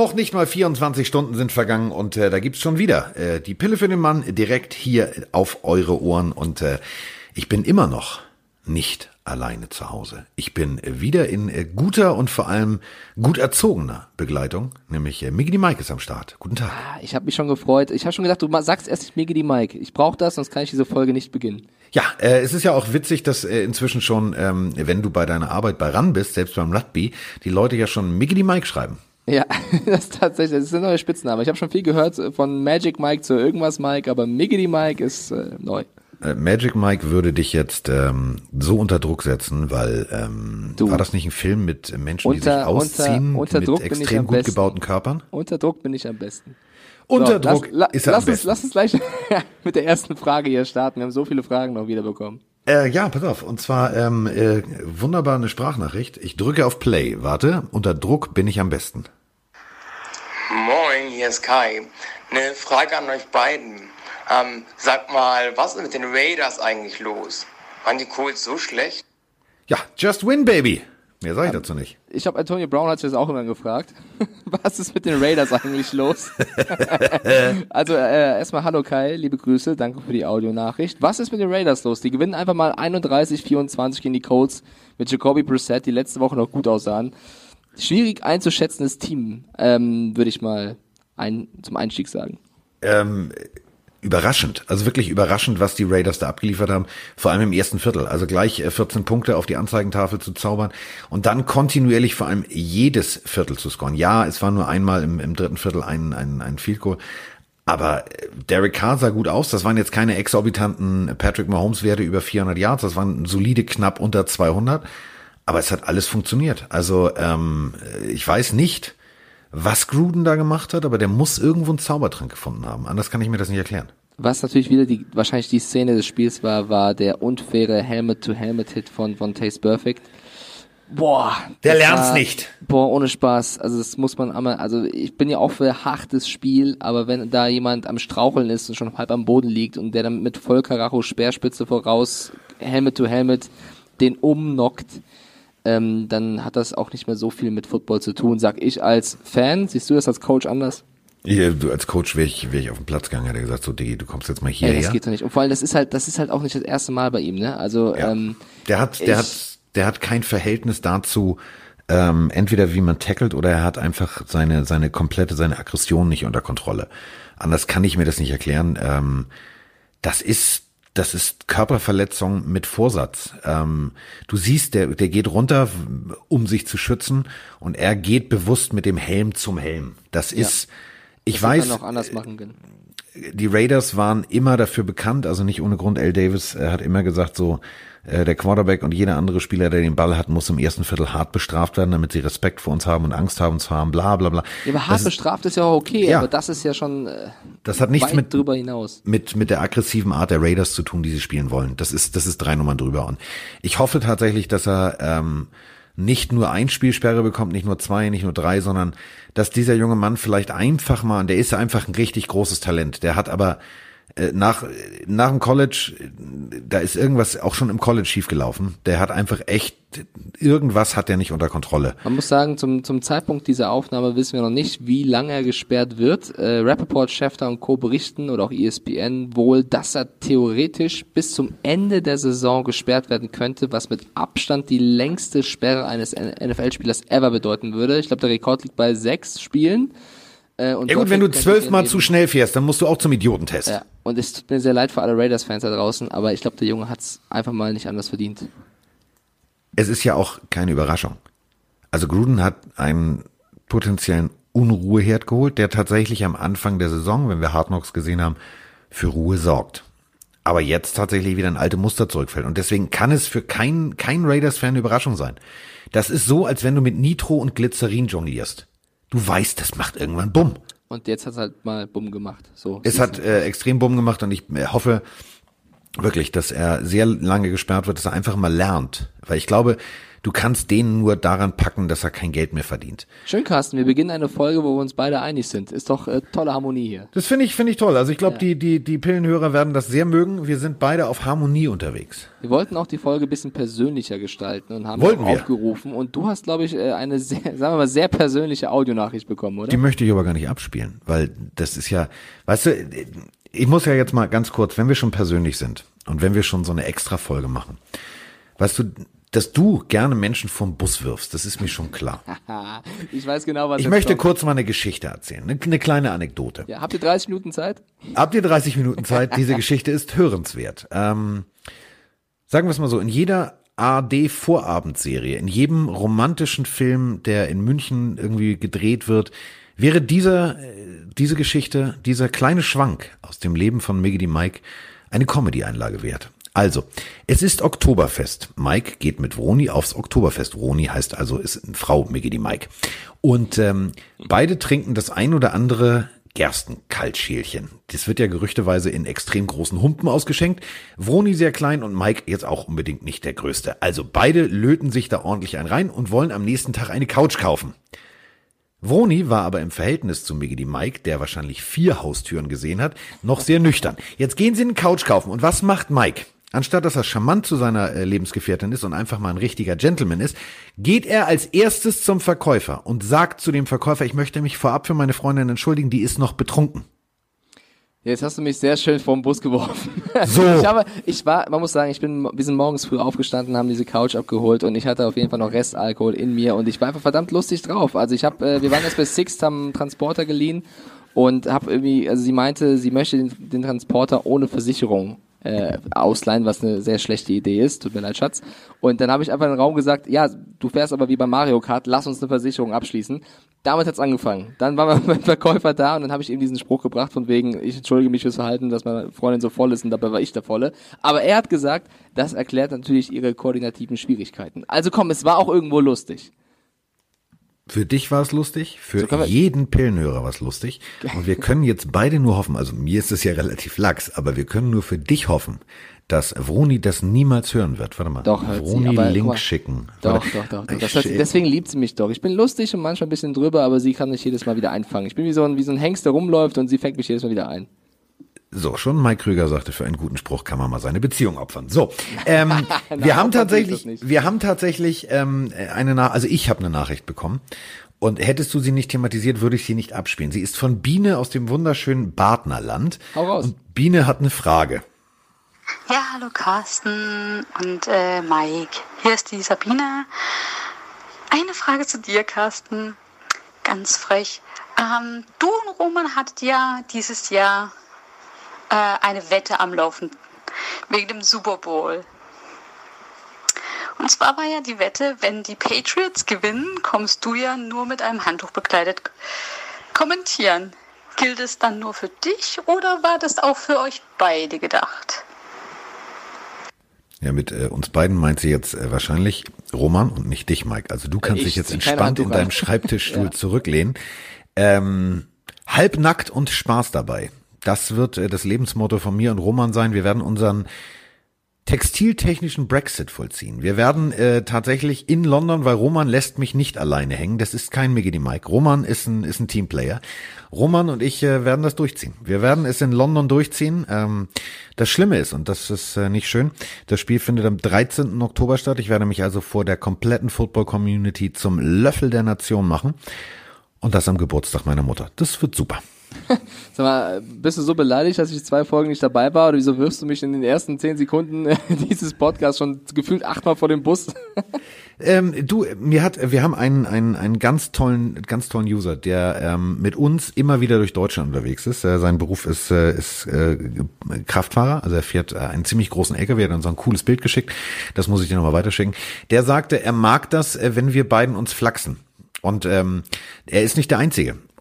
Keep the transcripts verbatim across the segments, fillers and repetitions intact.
noch nicht mal vierundzwanzig Stunden sind vergangen und äh, da gibt's schon wieder äh, die Pille für den Mann direkt hier auf eure Ohren und äh, ich bin immer noch nicht alleine zu Hause. Ich bin wieder in äh, guter und vor allem gut erzogener Begleitung, nämlich äh, Miggy die Mike ist am Start. Guten Tag. Ah, ich habe mich schon gefreut. Ich habe schon gedacht, du ma- sagst erst nicht Miggy die Mike. Ich brauche das, sonst kann ich diese Folge nicht beginnen. Ja, äh, es ist ja auch witzig, dass äh, inzwischen schon, ähm, wenn du bei deiner Arbeit bei RAN bist, selbst beim Rugby, die Leute ja schon Miggy die Mike schreiben. Ja, das ist tatsächlich, das ist ein neuer Spitzname. Ich habe schon viel gehört von Magic Mike zu irgendwas Mike, aber Miggy die Mike ist äh, neu. Äh, Magic Mike würde dich jetzt ähm, so unter Druck setzen, weil ähm, Du. war das nicht ein Film mit Menschen, die Unter- sich ausziehen, unter- unter mit Druck bin ich extrem am gut besten. gebauten Körpern? Unter Druck bin ich am besten. Unter So, Druck lass, la, ist er lass am uns, besten. Lass uns gleich mit der ersten Frage hier starten. Wir haben so viele Fragen noch wieder bekommen. Äh, ja, pass auf. Und zwar ähm, äh, wunderbar eine Sprachnachricht. Ich drücke auf Play. Warte, unter Druck bin ich am besten. Moin, hier ist Kai. Eine Frage an euch beiden. Ähm, sagt mal, was ist mit den Raiders eigentlich los? Waren die Colts so schlecht? Ja, just win, baby. Mehr sage ich dazu nicht. Ich habe Antonio Brown hat sich das auch immer gefragt. Was ist mit den Raiders eigentlich los? Also äh, erstmal hallo Kai, liebe Grüße, danke für die Audionachricht. Was ist mit den Raiders los? Die gewinnen einfach mal einunddreißig vierundzwanzig gegen die Colts mit Jacoby Brissett, die letzte Woche noch gut aussahen. Schwierig einzuschätzendes Team, ähm, würde ich mal ein, zum Einstieg sagen. Ähm, überraschend, also wirklich überraschend, was die Raiders da abgeliefert haben, vor allem im ersten Viertel. Also gleich äh, vierzehn Punkte auf die Anzeigentafel zu zaubern und dann kontinuierlich vor allem jedes Viertel zu scoren. Ja, es war nur einmal im, im dritten Viertel ein, ein, ein Field Goal, aber äh, Derek Carr sah gut aus. Das waren jetzt keine exorbitanten Patrick Mahomes-Werte über vierhundert Yards, das waren solide knapp unter zweihundert. Aber es hat alles funktioniert. Also ähm, ich weiß nicht, was Gruden da gemacht hat, aber der muss irgendwo einen Zaubertrank gefunden haben. Anders kann ich mir das nicht erklären. Was natürlich wieder die wahrscheinlich die Szene des Spiels war, war der unfaire Helmet-to-Helmet-Hit von von Taste Perfect. Boah, Der das lernt's war, nicht. Boah, ohne Spaß. Also das muss man einmal, also ich bin ja auch für hartes Spiel, aber wenn da jemand am Straucheln ist und schon halb am Boden liegt und der dann mit Vollkaracho Speerspitze voraus Helmet-to-Helmet den umnockt, ähm, dann hat das auch nicht mehr so viel mit Football zu tun, sag ich als Fan. Siehst du das als Coach anders? Ja, du als Coach wäre ich, wär ich auf den Platz gegangen, hätte gesagt, so Diggi, du kommst jetzt mal Ja, hierher. das geht doch nicht. Und vor allem, das ist halt, das ist halt auch nicht das erste Mal bei ihm, ne? Also, Ja. ähm, Der hat, der ich- hat, der hat kein Verhältnis dazu, ähm, entweder wie man tackelt oder er hat einfach seine, seine komplette, seine Aggression nicht unter Kontrolle. Anders kann ich mir das nicht erklären. Ähm, das ist, das ist Körperverletzung mit Vorsatz. Ähm, du siehst, der, der geht runter, um sich zu schützen und er geht bewusst mit dem Helm zum Helm. Das ist, ich das weiß, hätte man auch anders machen können. die Raiders waren immer dafür bekannt, also nicht ohne Grund. Al Davis äh, hat immer gesagt, so äh, der Quarterback und jeder andere Spieler, der den Ball hat, muss im ersten Viertel hart bestraft werden, damit sie Respekt vor uns haben und Angst haben zu haben, bla bla bla. Ja, aber hart das, bestraft ist ja auch okay, Ja. aber das ist ja schon äh, das hat nichts weit mit drüber hinaus. mit mit der aggressiven Art der Raiders zu tun, die sie spielen wollen. Das ist das ist drei Nummern drüber. Und ich hoffe tatsächlich, dass er ähm, nicht nur ein Spielsperre bekommt, nicht nur zwei, nicht nur drei, sondern dass dieser junge Mann vielleicht einfach mal, und der ist einfach ein richtig großes Talent, der hat aber äh, nach nach dem College, äh, da ist irgendwas auch schon im College schiefgelaufen. Der hat einfach echt, irgendwas hat der nicht unter Kontrolle. Man muss sagen, zum, zum Zeitpunkt dieser Aufnahme wissen wir noch nicht, wie lange er gesperrt wird. Äh, Rappaport, Schefter und Co. berichten oder auch E S P N wohl, dass er theoretisch bis zum Ende der Saison gesperrt werden könnte, was mit Abstand die längste Sperre eines N F L-Spielers ever bedeuten würde. Ich glaube, der Rekord liegt bei sechs Spielen. Äh, und Ja gut, dort wenn du könnte zwölfmal er zu eben- schnell fährst, dann musst du auch zum Idiotentest. Ja, und es tut mir sehr leid für alle Raiders-Fans da draußen, aber ich glaube, der Junge hat's einfach mal nicht anders verdient. Es ist ja auch keine Überraschung. Also Gruden hat einen potenziellen Unruheherd geholt, der tatsächlich am Anfang der Saison, wenn wir Hard Knocks gesehen haben, für Ruhe sorgt. Aber jetzt tatsächlich wieder ein alte Muster zurückfällt. Und deswegen kann es für keinen kein Raiders-Fan eine Überraschung sein. Das ist so, als wenn du mit Nitro und Glycerin jonglierst. Du weißt, das macht irgendwann Bumm. Und jetzt hat's halt mal Bumm gemacht. So. Es hat äh, extrem Bumm gemacht und ich äh, hoffe, wirklich, dass er sehr lange gesperrt wird, dass er einfach mal lernt. Weil ich glaube, du kannst den nur daran packen, dass er kein Geld mehr verdient. Schön, Carsten, wir beginnen eine Folge, wo wir uns beide einig sind. Ist doch äh, tolle Harmonie hier. Das finde ich, finde ich toll. Also ich glaube, Ja. die, die, die Pillenhörer werden das sehr mögen. Wir sind beide auf Harmonie unterwegs. Wir wollten auch die Folge ein bisschen persönlicher gestalten und haben Wollten auch wir. aufgerufen. Und du hast, glaube ich, äh, eine sehr, sagen wir mal, sehr persönliche Audionachricht bekommen, oder? Die möchte ich aber gar nicht abspielen, weil das ist ja, weißt du, ich muss ja jetzt mal ganz kurz, wenn wir schon persönlich sind und wenn wir schon so eine Extra-Folge machen, weißt du, dass du gerne Menschen vom Bus wirfst, das ist mir schon klar. Ich weiß genau, was Ich jetzt möchte kommt. kurz mal eine Geschichte erzählen, eine, eine kleine Anekdote. Ja, habt ihr dreißig Minuten Zeit? Habt ihr dreißig Minuten Zeit? Diese Geschichte ist hörenswert. Ähm, sagen wir es mal so, in jeder A R D-Vorabendserie, in jedem romantischen Film, der in München irgendwie gedreht wird, wäre dieser, äh, diese Geschichte, dieser kleine Schwank aus dem Leben von Miggity Mike eine Comedy-Einlage wert. Also, es ist Oktoberfest. Mike geht mit Vroni aufs Oktoberfest. Vroni heißt also, ist eine Frau, Miggity Mike. Und ähm, beide trinken das ein oder andere Gerstenkaltschälchen. Das wird ja gerüchteweise in extrem großen Humpen ausgeschenkt. Vroni sehr klein und Mike jetzt auch unbedingt nicht der Größte. Also beide löten sich da ordentlich einen rein und wollen am nächsten Tag eine Couch kaufen. Vroni war aber im Verhältnis zu Miggity Mike, der wahrscheinlich vier Haustüren gesehen hat, noch sehr nüchtern. Jetzt gehen sie eine Couch kaufen. Und was macht Mike? Anstatt dass er charmant zu seiner äh, Lebensgefährtin ist und einfach mal ein richtiger Gentleman ist, geht er als erstes zum Verkäufer und sagt zu dem Verkäufer, ich möchte mich vorab für meine Freundin entschuldigen, die ist noch betrunken. Jetzt hast du mich sehr schön vor den Bus geworfen. So. Ich habe, ich war, man muss sagen, ich bin, wir sind morgens früh aufgestanden, haben diese Couch abgeholt und ich hatte auf jeden Fall noch Restalkohol in mir und ich war einfach verdammt lustig drauf. Also ich habe, äh, wir waren jetzt bei Sixt, haben einen Transporter geliehen und habe irgendwie, also sie meinte, sie möchte den, den Transporter ohne Versicherung äh, ausleihen, was eine sehr schlechte Idee ist. Tut mir leid, Schatz. Und dann habe ich einfach in den Raum gesagt, ja, du fährst aber wie bei Mario Kart, lass uns eine Versicherung abschließen. Damit hat's angefangen. Dann war mein Verkäufer da und dann habe ich ihm diesen Spruch gebracht von wegen, ich entschuldige mich fürs Verhalten, dass meine Freundin so voll ist und dabei war ich der Volle. Aber er hat gesagt, das erklärt natürlich ihre koordinativen Schwierigkeiten. Also komm, es war auch irgendwo lustig. Für dich war es lustig, für So können wir- jeden Pillenhörer war es lustig. Und wir können jetzt beide nur hoffen, also mir ist es ja relativ lax, aber wir können nur für dich hoffen, dass Vroni das niemals hören wird. Warte mal. Doch, hört sie, Vroni aber guck Link mal. schicken. Doch, Warte. doch, doch, doch. Ich Das heißt, schick- deswegen liebt sie mich doch. Ich bin lustig und manchmal ein bisschen drüber, aber sie kann mich jedes Mal wieder einfangen. Ich bin wie so ein, wie so ein Hengst, der rumläuft und sie fängt mich jedes Mal wieder ein. So, schon Mike Krüger sagte, für einen guten Spruch kann man mal seine Beziehung opfern. So, ähm, Nein, wir haben opfern tue ich tatsächlich, das nicht. wir haben tatsächlich ähm, eine Nach, also ich habe eine Nachricht bekommen. Und hättest du sie nicht thematisiert, würde ich sie nicht abspielen. Sie ist von Biene aus dem wunderschönen Badnerland. Hau raus. Und Biene hat eine Frage. Ja, hallo Carsten und äh, Mike. Hier ist die Sabine. Eine Frage zu dir, Carsten. Ganz frech. Ähm, du und Roman hattet ja dieses Jahr äh, eine Wette am Laufen wegen dem Super Bowl. Und zwar war ja die Wette, wenn die Patriots gewinnen, kommst du ja nur mit einem Handtuch bekleidet kommentieren. Gilt es dann nur für dich oder war das auch für euch beide gedacht? Ja, mit äh, uns beiden meint sie jetzt äh, wahrscheinlich Roman und nicht dich, Mike. Also du kannst Ich dich jetzt zieh kein entspannt in Handtuch deinem an. Schreibtischstuhl Ja. zurücklehnen. Ähm, halbnackt und Spaß dabei. Das wird äh, das Lebensmotto von mir und Roman sein. Wir werden unseren textiltechnischen Brexit vollziehen. Wir werden äh, tatsächlich in London, weil Roman lässt mich nicht alleine hängen. Das ist kein Miggity Mike. Roman ist ein ist ein Teamplayer. Roman und ich äh, werden das durchziehen. Wir werden es in London durchziehen. Ähm, das Schlimme ist, und das ist äh, nicht schön, das Spiel findet am dreizehnten Oktober statt. Ich werde mich also vor der kompletten Football-Community zum Löffel der Nation machen. Und das am Geburtstag meiner Mutter. Das wird super. Sag mal, bist du so beleidigt, dass ich zwei Folgen nicht dabei war? Oder wieso wirfst du mich in den ersten zehn Sekunden dieses Podcasts schon gefühlt achtmal vor dem Bus? Ähm, du, mir hat, wir haben einen, einen, einen ganz tollen, ganz tollen User, der ähm, mit uns immer wieder durch Deutschland unterwegs ist. Äh, sein Beruf ist, äh, ist äh, Kraftfahrer, also er fährt äh, einen ziemlich großen L K W, er hat uns ein cooles Bild geschickt, das muss ich dir nochmal weiterschicken. Der sagte, er mag das, äh, wenn wir beiden uns flachsen. Und ähm, er ist nicht der Einzige.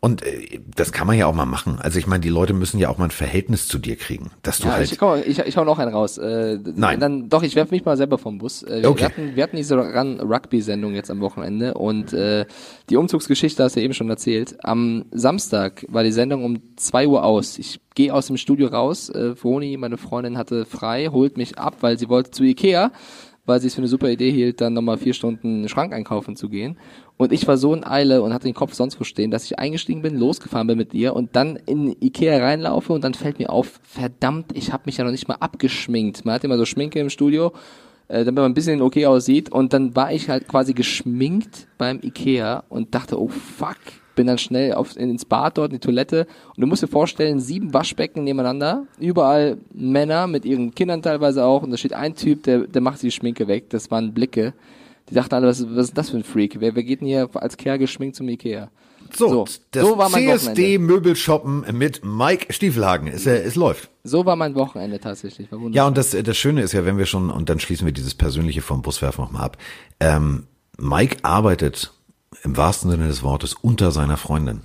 Und äh, das kann man ja auch mal machen. Also ich meine, die Leute müssen ja auch mal ein Verhältnis zu dir kriegen, dass du ja, halt... Ich, komm, ich, ich hau noch einen raus. Äh, Nein. Dann, doch, ich werf mich mal selber vom Bus. Äh, wir, Okay. hatten, wir hatten diese Run-Rugby-Sendung jetzt am Wochenende und äh, die Umzugsgeschichte hast du eben schon erzählt. Am Samstag war die Sendung um zwei Uhr aus. Ich gehe aus dem Studio raus. Äh, Vroni, meine Freundin, hatte frei, holt mich ab, weil sie wollte zu Ikea, weil sie es für eine super Idee hielt, dann nochmal vier Stunden einen Schrank einkaufen zu gehen. Und ich war so in Eile und hatte den Kopf sonst wo stehen, dass ich eingestiegen bin, losgefahren bin mit ihr und dann in Ikea reinlaufe und dann fällt mir auf, verdammt, ich habe mich ja noch nicht mal abgeschminkt. Man hat immer so Schminke im Studio, äh, damit man ein bisschen okay aussieht und dann war ich halt quasi geschminkt beim Ikea und dachte, oh fuck, bin dann schnell auf, ins Bad dort, in die Toilette und du musst dir vorstellen, sieben Waschbecken nebeneinander, überall Männer mit ihren Kindern teilweise auch und da steht ein Typ, der, der macht die Schminke weg, das waren Blicke. Die dachten alle, was, was ist das für ein Freak? Wer, wer geht denn hier als Kerl geschminkt zum Ikea? So, So, das so war mein C S D Wochenende. Möbelshoppen mit Mike Stiefelhagen. Es, äh, es läuft. So war mein Wochenende tatsächlich. War Ja, wunderbar. und das, das Schöne ist ja, wenn wir schon, und dann schließen wir dieses Persönliche vom Buswerfen nochmal ab. Ähm, Mike arbeitet im wahrsten Sinne des Wortes unter seiner Freundin.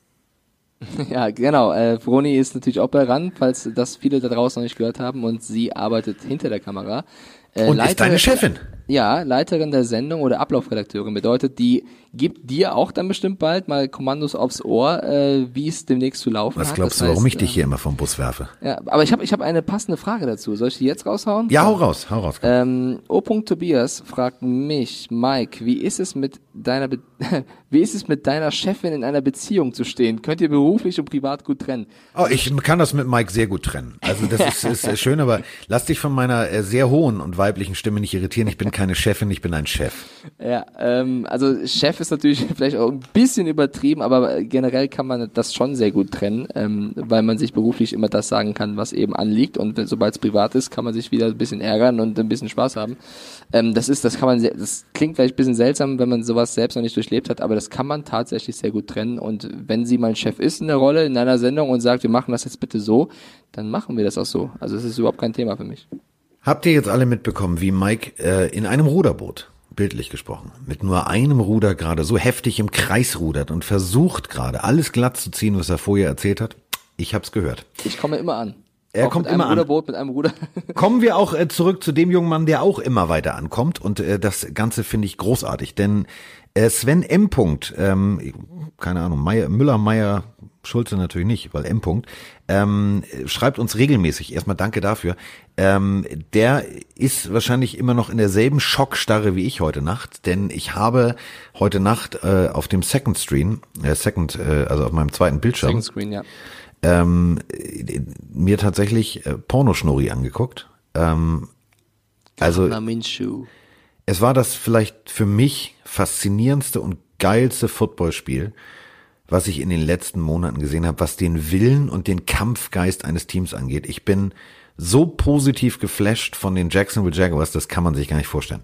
Ja, genau. Äh, Vroni ist natürlich auch bei ran, falls das viele da draußen noch nicht gehört haben und sie arbeitet hinter der Kamera. Äh, Und ist deine Chefin. Ja, Leiterin der Sendung oder Ablaufredakteurin bedeutet, die gibt dir auch dann bestimmt bald mal Kommandos aufs Ohr, äh, wie es demnächst zu laufen Was hat. glaubst Das du, warum heißt, ich dich äh, hier immer vom Bus werfe? Ja, aber ich habe ich hab eine passende Frage dazu. Soll ich die jetzt raushauen? Ja, hau raus, hau raus. Ähm, O. Tobias fragt mich, Mike, wie ist es mit deiner Be wie ist es mit deiner Chefin in einer Beziehung zu stehen? Könnt ihr beruflich und privat gut trennen? Oh, ich kann das mit Mike sehr gut trennen. Also das ist, ist äh, schön, aber lass dich von meiner äh, sehr hohen und weiblichen Stimme nicht irritieren. Ich bin keine Chefin, ich bin ein Chef. Ja, ähm, also Chef ist natürlich vielleicht auch ein bisschen übertrieben, aber generell kann man das schon sehr gut trennen, ähm, weil man sich beruflich immer das sagen kann, was eben anliegt und sobald es privat ist, kann man sich wieder ein bisschen ärgern und ein bisschen Spaß haben. Ähm, das ist, das kann man, sehr, das klingt vielleicht ein bisschen seltsam, wenn man sowas selbst noch nicht durchlebt hat, aber das kann man tatsächlich sehr gut trennen und wenn sie mein Chef ist in der Rolle, in einer Sendung und sagt, wir machen das jetzt bitte so, dann machen wir das auch so. Also es ist überhaupt kein Thema für mich. Habt ihr jetzt alle mitbekommen, wie Mike äh, in einem Ruderboot, bildlich gesprochen, mit nur einem Ruder gerade so heftig im Kreis rudert und versucht gerade alles glatt zu ziehen, was er vorher erzählt hat? Ich hab's gehört. Ich komme immer an. Er auch kommt mit einem immer an. Ruderboot, mit einem Ruder. Kommen wir auch äh, zurück zu dem jungen Mann, der auch immer weiter ankommt und äh, das Ganze finde ich großartig, denn äh, Sven M. Punkt, ähm, keine Ahnung, Meier, Müller, Meier, Schulze natürlich nicht, weil M. Punkt, ähm, schreibt uns regelmäßig, erstmal danke dafür, ähm, der ist wahrscheinlich immer noch in derselben Schockstarre wie ich heute Nacht, denn ich habe heute Nacht äh, auf dem Second Screen, äh, Second, äh, also auf meinem zweiten Bildschirm, Second Screen, ja. ähm, mir tatsächlich äh, Pornoschnurri angeguckt. Ähm, also Na, Minshew. es war das vielleicht für mich faszinierendste und geilste Footballspiel, was ich in den letzten Monaten gesehen habe, was den Willen und den Kampfgeist eines Teams angeht. Ich bin so positiv geflasht von den Jacksonville Jaguars, das kann man sich gar nicht vorstellen.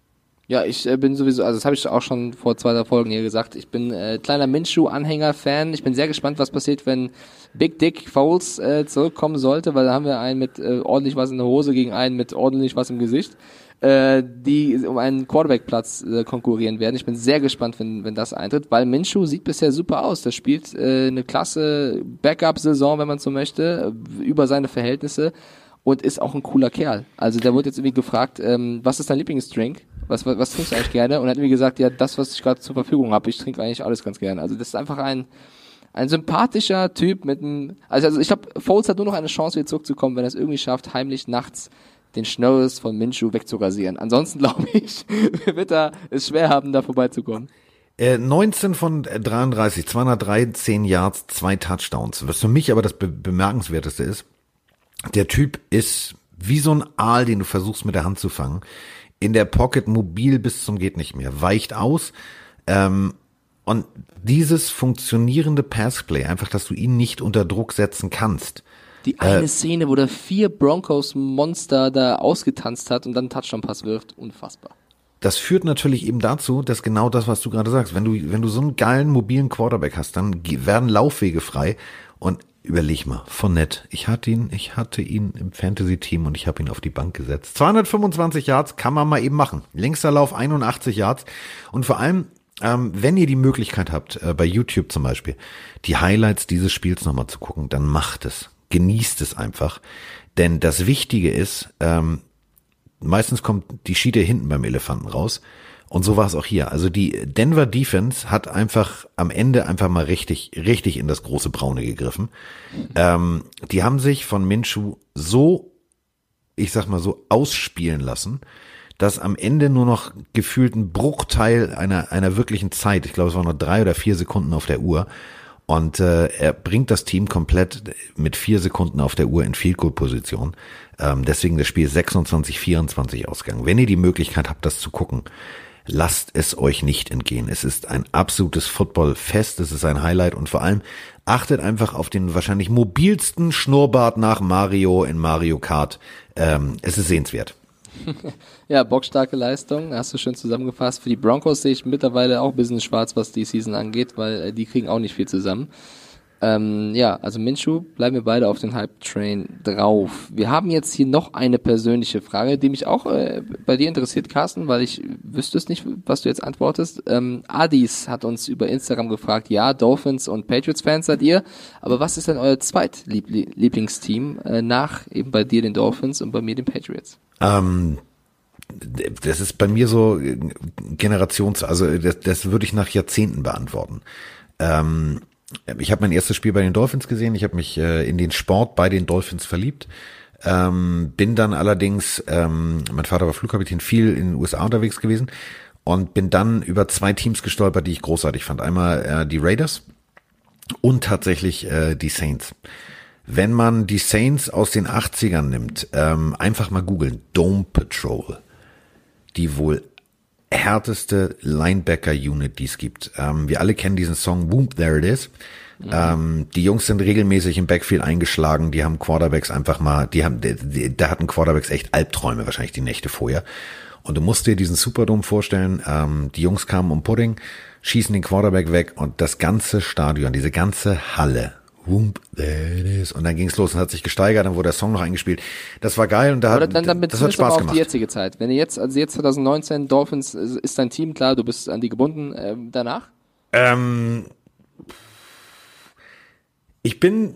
Ja, ich äh, bin sowieso, also das habe ich auch schon vor zwei, drei Folgen hier gesagt, ich bin äh, kleiner Minshew-Anhänger-Fan. Ich bin sehr gespannt, was passiert, wenn Big Dick Foles äh, zurückkommen sollte, weil da haben wir einen mit äh, ordentlich was in der Hose gegen einen mit ordentlich was im Gesicht, äh, die um einen Quarterback-Platz äh, konkurrieren werden. Ich bin sehr gespannt, wenn wenn das eintritt, weil Minshew sieht bisher super aus. Der spielt äh, eine klasse Backup-Saison, wenn man so möchte, äh, über seine Verhältnisse und ist auch ein cooler Kerl. Also der wurde jetzt irgendwie gefragt, ähm, was ist dein Lieblingsdrink? Was, was, was trinkst du eigentlich gerne? Und er hat mir gesagt, ja, das, was ich gerade zur Verfügung habe, ich trinke eigentlich alles ganz gerne. Also das ist einfach ein ein sympathischer Typ mit einem, also, also ich glaube, Foles hat nur noch eine Chance, wieder zurückzukommen, wenn er es irgendwie schafft, heimlich nachts den Schnurres von Minshew wegzurasieren. Ansonsten, glaube ich, wird er es schwer haben, da vorbeizukommen. Äh, neunzehn von dreiunddreißig, zweihundertdreizehn Yards, zwei Touchdowns. Was für mich aber das Be- Bemerkenswerteste ist, der Typ ist wie so ein Aal, den du versuchst mit der Hand zu fangen. In der Pocket mobil bis zum geht nicht mehr, weicht aus. Ähm, und dieses funktionierende Passplay, einfach, dass du ihn nicht unter Druck setzen kannst. Die eine äh, Szene, wo der vier Broncos-Monster da ausgetanzt hat und dann einen Touchdown-Pass wirft, unfassbar. Das führt natürlich eben dazu, dass genau das, was du gerade sagst, wenn du wenn du so einen geilen mobilen Quarterback hast, dann werden Laufwege frei und überleg mal, Fournette, ich hatte ihn, ich hatte ihn im Fantasy-Team und ich habe ihn auf die Bank gesetzt. zweihundertfünfundzwanzig Yards kann man mal eben machen. Längster Lauf einundachtzig Yards und vor allem ähm, wenn ihr die Möglichkeit habt, äh, bei YouTube zum Beispiel, die Highlights dieses Spiels nochmal zu gucken, dann macht es. Genießt es einfach. Denn das Wichtige ist, ähm, meistens kommt die Schiete hinten beim Elefanten raus. Und so war es auch hier. Also die Denver Defense hat einfach am Ende einfach mal richtig, richtig in das große Braune gegriffen. Ähm, die haben sich von Minshew so, ich sag mal so, ausspielen lassen, dass am Ende nur noch gefühlt ein Bruchteil einer, einer wirklichen Zeit, ich glaube es waren noch drei oder vier Sekunden auf der Uhr. Und äh, er bringt das Team komplett mit vier Sekunden auf der Uhr in Field Goal Position. Ähm, deswegen das Spiel sechsundzwanzig vierundzwanzig ausgegangen. Wenn ihr die Möglichkeit habt, das zu gucken, lasst es euch nicht entgehen. Es ist ein absolutes Football-Fest, es ist ein Highlight und vor allem achtet einfach auf den wahrscheinlich mobilsten Schnurrbart nach Mario in Mario Kart. Ähm, es ist sehenswert. Ja, bockstarke Leistung, hast du schön zusammengefasst. Für die Broncos sehe ich mittlerweile auch ein bisschen schwarz, was die Season angeht, weil äh, die kriegen auch nicht viel zusammen. Ähm, ja, also Minshew, bleiben wir beide auf den Hype-Train drauf. Wir haben jetzt hier noch eine persönliche Frage, die mich auch äh, bei dir interessiert, Carsten, weil ich wüsste es nicht, was du jetzt antwortest. Ähm, Adis hat uns über Instagram gefragt, ja, Dolphins und Patriots-Fans seid ihr, aber was ist denn euer Zweitlieblingsteam äh, nach eben bei dir den Dolphins und bei mir den Patriots? Ähm, das ist bei mir so Generations, also das, das würde ich nach Jahrzehnten beantworten. Ähm, Ich habe mein erstes Spiel bei den Dolphins gesehen. Ich habe mich äh, in den Sport bei den Dolphins verliebt. Ähm, bin dann allerdings, ähm, mein Vater war Flugkapitän, viel in den U S A unterwegs gewesen und bin dann über zwei Teams gestolpert, die ich großartig fand. Einmal äh, die Raiders und tatsächlich äh, die Saints. Wenn man die Saints aus den achtzigern nimmt, ähm, einfach mal googeln, Dome Patrol, die wohl härteste Linebacker-Unit, die es gibt. Ähm, wir alle kennen diesen Song Whoop, There It Is. Mhm. Ähm, die Jungs sind regelmäßig im Backfield eingeschlagen, die haben Quarterbacks einfach mal, die haben, die, die, da hatten Quarterbacks echt Albträume, wahrscheinlich die Nächte vorher. Und du musst dir diesen Superdome vorstellen, ähm, die Jungs kamen um Pudding, schießen den Quarterback weg und das ganze Stadion, diese ganze Halle, Whoop, there it is. Und dann ging's los und hat sich gesteigert, dann wurde der Song noch eingespielt. Das war geil und da Oder hat, dann, dann das hat Spaß auf gemacht. Die jetzige Zeit. Wenn ihr jetzt, also jetzt zwanzig neunzehn, Dolphins, ist dein Team klar, du bist an die gebunden, äh, danach? Ähm, ich bin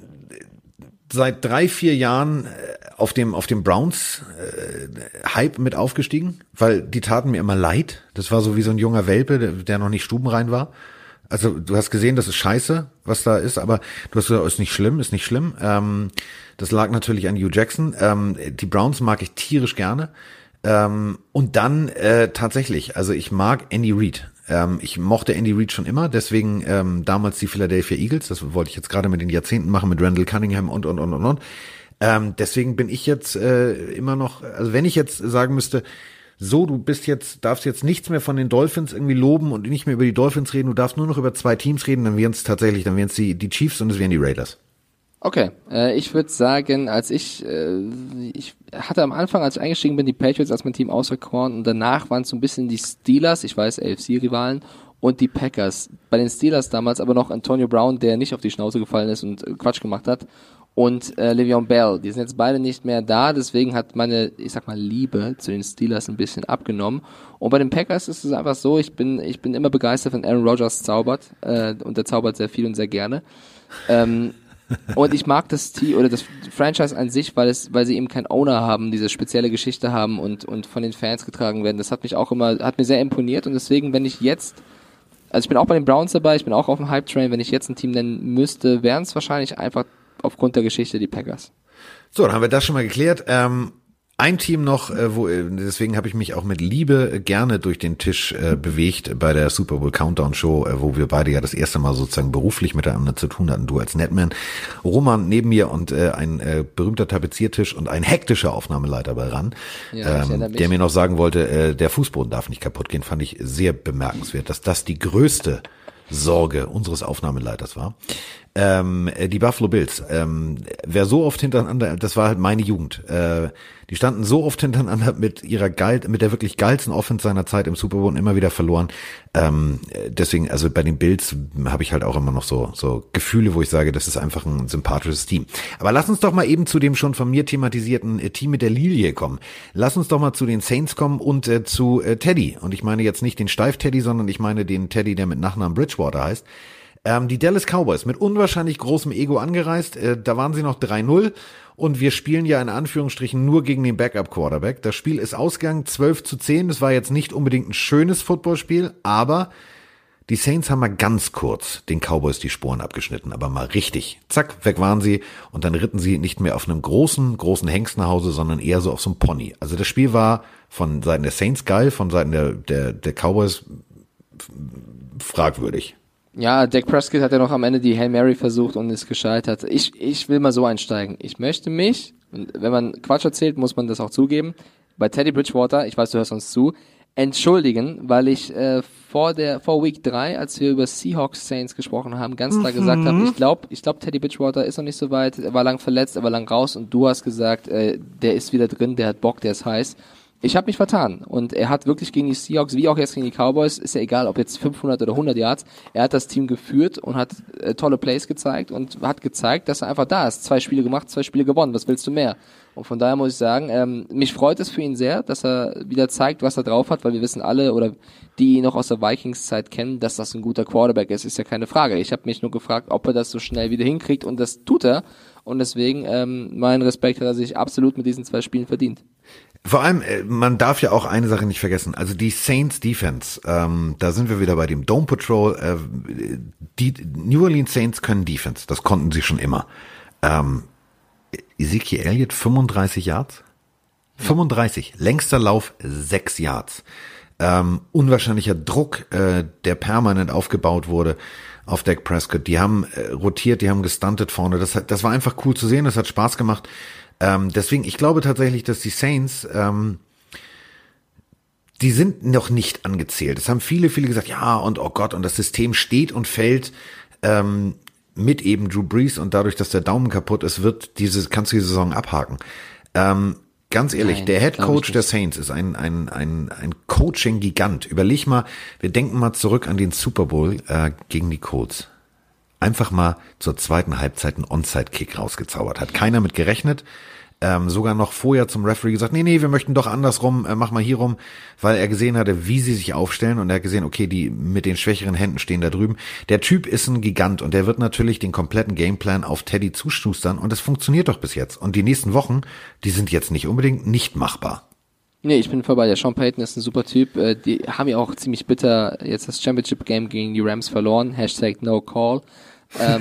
seit drei, vier Jahren auf dem, auf dem Browns äh, Hype mit aufgestiegen, weil die taten mir immer leid. Das war so wie so ein junger Welpe, der, der noch nicht stubenrein war. Also du hast gesehen, das ist scheiße, was da ist, aber du hast gesagt, ist nicht schlimm, ist nicht schlimm. Ähm, das lag natürlich an Hugh Jackson. Ähm, die Browns mag ich tierisch gerne. Ähm, und dann äh, tatsächlich, also ich mag Andy Reid. Ähm, ich mochte Andy Reid schon immer, deswegen ähm, damals die Philadelphia Eagles. Das wollte ich jetzt gerade mit den Jahrzehnten machen, mit Randall Cunningham und, und, und, und, und. Ähm, deswegen bin ich jetzt äh, immer noch, also wenn ich jetzt sagen müsste, so, du bist jetzt, darfst jetzt nichts mehr von den Dolphins irgendwie loben und nicht mehr über die Dolphins reden, du darfst nur noch über zwei Teams reden, dann wären es tatsächlich, dann wären es die, die Chiefs und es wären die Raiders. Okay, äh, ich würde sagen, als ich, äh, ich hatte am Anfang, als ich eingestiegen bin, die Patriots als mein Team auserkoren und danach waren es so ein bisschen die Steelers, ich weiß, A F C-Rivalen und die Packers. Bei den Steelers damals aber noch Antonio Brown, der nicht auf die Schnauze gefallen ist und äh, Quatsch gemacht hat. Und äh, Le'Veon Bell, die sind jetzt beide nicht mehr da, deswegen hat meine, ich sag mal, Liebe zu den Steelers ein bisschen abgenommen. Und bei den Packers ist es einfach so, ich bin ich bin immer begeistert, wenn Aaron Rodgers zaubert, äh, und der zaubert sehr viel und sehr gerne. Ähm, und ich mag das Team oder das Franchise an sich, weil es, weil sie eben keinen Owner haben, diese spezielle Geschichte haben und und von den Fans getragen werden. Das hat mich auch immer, hat mir sehr imponiert und deswegen, wenn ich jetzt, also ich bin auch bei den Browns dabei, ich bin auch auf dem Hype-Train, wenn ich jetzt ein Team nennen müsste, wären es wahrscheinlich einfach aufgrund der Geschichte die Packers. So, dann haben wir das schon mal geklärt. Ähm, ein Team noch, äh, wo deswegen habe ich mich auch mit Liebe gerne durch den Tisch äh, bewegt bei der Super Bowl Countdown Show, äh, wo wir beide ja das erste Mal sozusagen beruflich miteinander zu tun hatten. Du als Netman, Roman neben mir und äh, ein äh, berühmter Tapeziertisch und ein hektischer Aufnahmeleiter bei ran, ja, ähm, der mir noch sagen wollte, äh, der Fußboden darf nicht kaputt gehen. Fand ich sehr bemerkenswert, dass das die größte Sorge unseres Aufnahmeleiters war. Ähm, die Buffalo Bills. Ähm, wer so oft hintereinander, das war halt meine Jugend. Äh, die standen so oft hintereinander mit ihrer geil, mit der wirklich geilsten Offense seiner Zeit im Super Bowl und immer wieder verloren. Ähm, deswegen, also bei den Bills habe ich halt auch immer noch so so Gefühle, wo ich sage, das ist einfach ein sympathisches Team. Aber lass uns doch mal eben zu dem schon von mir thematisierten äh, Team mit der Lilie kommen. Lass uns doch mal zu den Saints kommen und äh, zu äh, Teddy. Und ich meine jetzt nicht den Steif-Teddy, sondern ich meine den Teddy, der mit Nachnamen Bridgewater heißt. Ähm, die Dallas Cowboys mit unwahrscheinlich großem Ego angereist, äh, da waren sie noch drei null und wir spielen ja in Anführungsstrichen nur gegen den Backup-Quarterback. Das Spiel ist ausgegangen zwölf zu zehn, das war jetzt nicht unbedingt ein schönes Footballspiel, aber die Saints haben mal ganz kurz den Cowboys die Sporen abgeschnitten, aber mal richtig. Zack, weg waren sie und dann ritten sie nicht mehr auf einem großen, großen Hengst nach Hause, sondern eher so auf so einem Pony. Also das Spiel war von Seiten der Saints geil, von Seiten der, der, der Cowboys fragwürdig. Ja, Dak Prescott hat ja noch am Ende die Hail Mary versucht und ist gescheitert. Ich, ich will mal so einsteigen. Ich möchte mich, und wenn man Quatsch erzählt, muss man das auch zugeben, bei Teddy Bridgewater, ich weiß, du hörst uns zu, entschuldigen, weil ich äh, vor der vor Week drei, als wir über Seahawks Saints gesprochen haben, ganz klar mhm. gesagt habe, ich glaube, ich glaube Teddy Bridgewater ist noch nicht so weit, er war lang verletzt, er war lang raus und du hast gesagt, äh, der ist wieder drin, der hat Bock, der ist heiß. Ich habe mich vertan und er hat wirklich gegen die Seahawks, wie auch jetzt gegen die Cowboys, ist ja egal, ob jetzt fünfhundert oder hundert Yards, er hat das Team geführt und hat äh, tolle Plays gezeigt und hat gezeigt, dass er einfach da ist. Zwei Spiele gemacht, zwei Spiele gewonnen, was willst du mehr? Und von daher muss ich sagen, ähm, mich freut es für ihn sehr, dass er wieder zeigt, was er drauf hat, weil wir wissen alle, oder die ihn noch aus der Vikings-Zeit kennen, dass das ein guter Quarterback ist, ist ja keine Frage. Ich habe mich nur gefragt, ob er das so schnell wieder hinkriegt und das tut er und deswegen ähm, mein Respekt hat er sich absolut mit diesen zwei Spielen verdient. Vor allem, man darf ja auch eine Sache nicht vergessen, also die Saints Defense, ähm, da sind wir wieder bei dem Dome Patrol, äh, die New Orleans Saints können Defense, das konnten sie schon immer. Ähm, Ezekiel Elliott, fünfunddreißig Yards? Ja. fünfunddreißig, längster Lauf, sechs Yards. Ähm, unwahrscheinlicher Druck, äh, der permanent aufgebaut wurde auf Dak Prescott. Die haben äh, rotiert, die haben gestuntet vorne, das, hat, das war einfach cool zu sehen, das hat Spaß gemacht. Ähm, deswegen, ich glaube tatsächlich, dass die Saints, ähm, die sind noch nicht angezählt. Es haben viele, viele gesagt, ja und oh Gott, und das System steht und fällt ähm, mit eben Drew Brees und dadurch, dass der Daumen kaputt ist, wird diese, kannst du die Saison abhaken. Ähm, ganz ehrlich, Nein, der Head Coach der Saints ist ein, ein, ein, ein Coaching-Gigant. Überleg mal, wir denken mal zurück an den Super Bowl äh, gegen die Colts. Einfach mal zur zweiten Halbzeit einen Onside-Kick rausgezaubert. Hat keiner mit gerechnet. Ähm, sogar noch vorher zum Referee gesagt, nee, nee, wir möchten doch andersrum, äh, mach mal hier rum, weil er gesehen hatte, wie sie sich aufstellen und er hat gesehen, okay, die mit den schwächeren Händen stehen da drüben. Der Typ ist ein Gigant und der wird natürlich den kompletten Gameplan auf Teddy zuschustern und das funktioniert doch bis jetzt. Und die nächsten Wochen, die sind jetzt nicht unbedingt nicht machbar. Nee, ich bin vorbei. Der Sean Payton ist ein super Typ. Die haben ja auch ziemlich bitter jetzt das Championship-Game gegen die Rams verloren. Hashtag no call. ähm,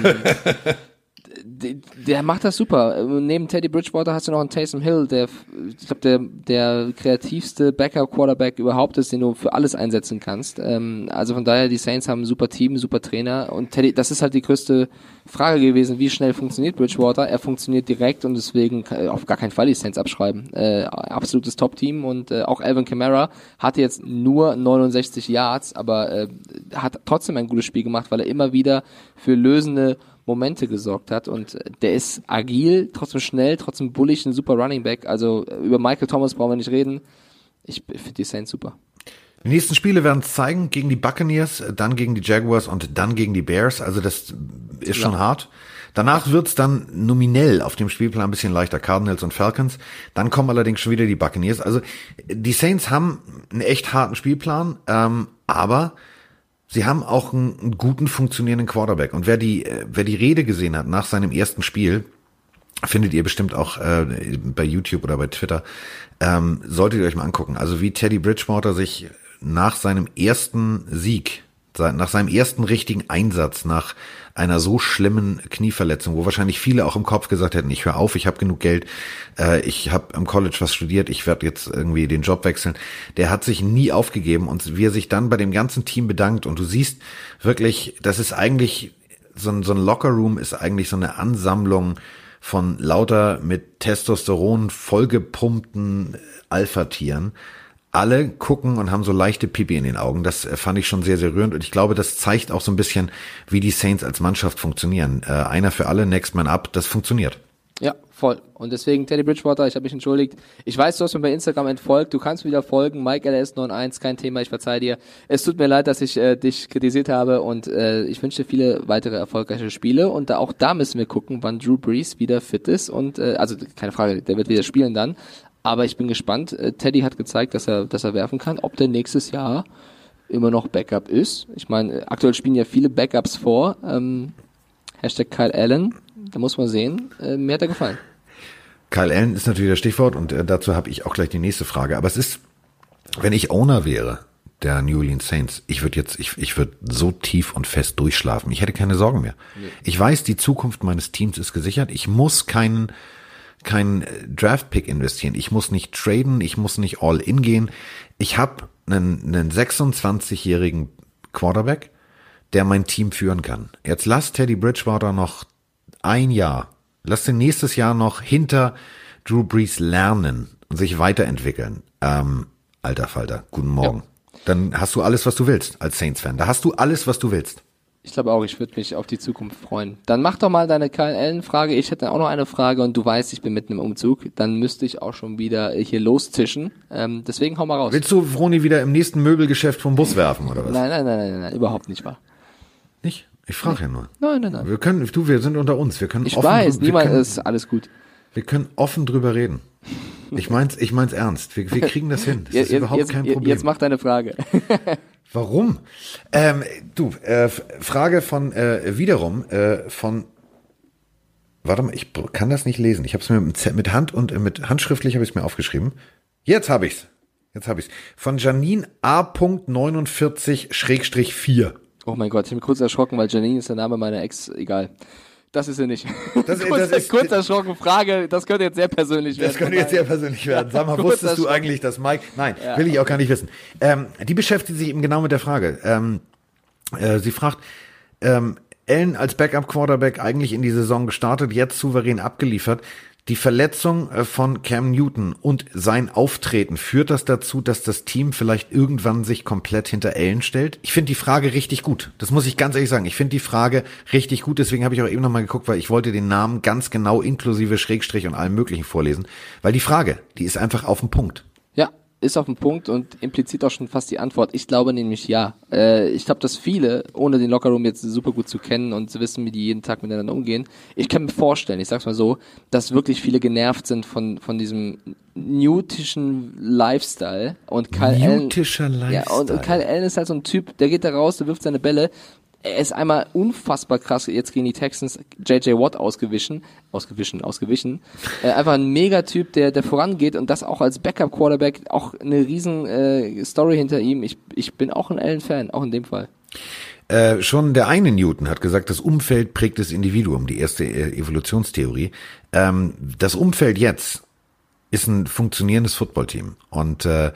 der macht das super. Neben Teddy Bridgewater hast du noch einen Taysom Hill, der, ich glaube, der, der kreativste Backup-Quarterback überhaupt ist, den du für alles einsetzen kannst. Ähm, also von daher, die Saints haben ein super Team, super Trainer und Teddy, das ist halt die größte Frage gewesen, wie schnell funktioniert Bridgewater? Er funktioniert direkt und deswegen auf gar keinen Fall die Saints abschreiben. Äh, absolutes Top-Team und äh, auch Alvin Kamara hatte jetzt nur neunundsechzig Yards, aber äh, hat trotzdem ein gutes Spiel gemacht, weil er immer wieder für lösende Momente gesorgt hat und der ist agil, trotzdem schnell, trotzdem bullig, ein super Running Back. Also über Michael Thomas brauchen wir nicht reden. Ich finde die Saints super. Die nächsten Spiele werden es zeigen, gegen die Buccaneers, dann gegen die Jaguars und dann gegen die Bears. Also das ist schon ja. hart. Danach wird's dann nominell auf dem Spielplan ein bisschen leichter, Cardinals und Falcons. Dann kommen allerdings schon wieder die Buccaneers. Also die Saints haben einen echt harten Spielplan, ähm, aber sie haben auch einen, einen guten funktionierenden Quarterback. Und wer die, wer die Rede gesehen hat nach seinem ersten Spiel, findet ihr bestimmt auch äh, bei YouTube oder bei Twitter, ähm, solltet ihr euch mal angucken. Also wie Teddy Bridgewater sich nach seinem ersten Sieg, nach seinem ersten richtigen Einsatz, nach einer so schlimmen Knieverletzung, wo wahrscheinlich viele auch im Kopf gesagt hätten, ich höre auf, ich habe genug Geld, äh, ich habe am College was studiert, ich werde jetzt irgendwie den Job wechseln. Der hat sich nie aufgegeben und wie er sich dann bei dem ganzen Team bedankt und du siehst wirklich, das ist eigentlich, so ein, so ein Lockerroom ist eigentlich so eine Ansammlung von lauter mit Testosteron vollgepumpten Alpha-Tieren. alle gucken und haben so leichte Pipi in den Augen. Das äh, fand ich schon sehr, sehr rührend. Und ich glaube, das zeigt auch so ein bisschen, wie die Saints als Mannschaft funktionieren. Äh, einer für alle, next man up, das funktioniert. Ja, voll. Und deswegen, Teddy Bridgewater, ich habe mich entschuldigt. Ich weiß, du hast mir bei Instagram entfolgt. Du kannst mir wieder folgen. Mike L S neunundneunzig, kein Thema, ich verzeih dir. Es tut mir leid, dass ich äh, dich kritisiert habe und äh, ich wünsche dir viele weitere erfolgreiche Spiele. Und da, auch da müssen wir gucken, wann Drew Brees wieder fit ist. Und äh, also keine Frage, der wird wieder spielen dann. Aber ich bin gespannt. Äh, Teddy hat gezeigt, dass er, dass er werfen kann. Ob der nächstes Jahr immer noch Backup ist. Ich meine, aktuell spielen ja viele Backups vor. Ähm, Hashtag Kyle Allen. Da muss man sehen. Äh, mir hat er gefallen. Kyle Allen ist natürlich das Stichwort und äh, dazu habe ich auch gleich die nächste Frage. Aber es ist, wenn ich Owner wäre der New Orleans Saints, ich würde jetzt, ich, ich würde so tief und fest durchschlafen. Ich hätte keine Sorgen mehr. Nee. Ich weiß, die Zukunft meines Teams ist gesichert. Ich muss keinen keinen Draft-Pick investieren. Ich muss nicht traden. Ich muss nicht all in gehen. Ich habe einen, einen sechsundzwanzigjährigen Quarterback, der mein Team führen kann. Jetzt lass Teddy Bridgewater noch ein Jahr, lass den nächstes Jahr noch hinter Drew Brees lernen und sich weiterentwickeln. Ähm, alter Falter, guten Morgen. Ja. Dann hast du alles, was du willst als Saints-Fan. Da hast du alles, was du willst. Ich glaube auch, ich würde mich auf die Zukunft freuen. Dann mach doch mal deine Kyle Allen-Frage. Ich hätte auch noch eine Frage und du weißt, ich bin mitten im Umzug. Dann müsste ich auch schon wieder hier lostischen. Ähm, deswegen hau mal raus. Willst du Vroni wieder im nächsten Möbelgeschäft vom Bus werfen oder was? Nein, nein, nein, nein, nein, überhaupt nicht wahr. Nicht? Ich frage ja nur. Nein, nein, nein. Wir können, du, wir sind unter uns. Wir können ich offen, weiß, niemand können, ist alles gut. Wir können offen drüber reden. Ich mein's, ich mein's ernst. Wir, wir kriegen das hin. Das jetzt, ist überhaupt jetzt, kein Problem. Jetzt mach deine Frage. Warum? Ähm, du, äh, Frage von äh, wiederum äh, von. Warte mal, ich kann das nicht lesen. Ich habe es mir mit, mit Hand und äh, mit handschriftlich habe ich es mir aufgeschrieben. Jetzt habe ich's. Jetzt habe ich's. Von Janine A. neunundvierzig vier. Oh mein Gott, ich bin kurz erschrocken, weil Janine ist der Name meiner Ex. Egal. Das ist sie nicht. Das, kurz, das ist kurz erschrocken, Frage, das könnte jetzt sehr persönlich werden. Das könnte jetzt sehr persönlich werden. Sag mal, wusstest du eigentlich, dass Mike... Nein, ja. Will ich auch gar nicht wissen. Ähm, die beschäftigt sich eben genau mit der Frage. Ähm, äh, sie fragt, ähm, Allen als Backup-Quarterback eigentlich in die Saison gestartet, jetzt souverän abgeliefert. Die Verletzung von Cam Newton und sein Auftreten, führt das dazu, dass das Team vielleicht irgendwann sich komplett hinter Allen stellt? Ich finde die Frage richtig gut. Das muss ich ganz ehrlich sagen. Ich finde die Frage richtig gut. Deswegen habe ich auch eben nochmal geguckt, weil ich wollte den Namen ganz genau inklusive Schrägstrich und allem Möglichen vorlesen. Weil die Frage, die ist einfach auf den Punkt. Ja, ist auf den Punkt und impliziert auch schon fast die Antwort. Ich glaube nämlich ja. Äh, ich glaube, dass viele, ohne den Lockerroom jetzt super gut zu kennen und zu wissen, wie die jeden Tag miteinander umgehen, ich kann mir vorstellen, ich sag's mal so, dass wirklich viele genervt sind von von diesem newtischen Lifestyle und Kyle Newtischer Allen, Lifestyle. Ja, und, und Kyle Allen ist halt so ein Typ, der geht da raus, der wirft seine Bälle. Er ist einmal unfassbar krass jetzt gegen die Texans J J Watt ausgewichen, ausgewichen, ausgewichen. Äh, einfach ein Megatyp, der der vorangeht und das auch als Backup-Quarterback, auch eine riesen äh, Story hinter ihm. Ich ich bin auch ein Allen-Fan, auch in dem Fall. Äh, schon der eine Newton hat gesagt, das Umfeld prägt das Individuum, die erste äh, Evolutionstheorie. Ähm, das Umfeld jetzt ist ein funktionierendes Footballteam und äh,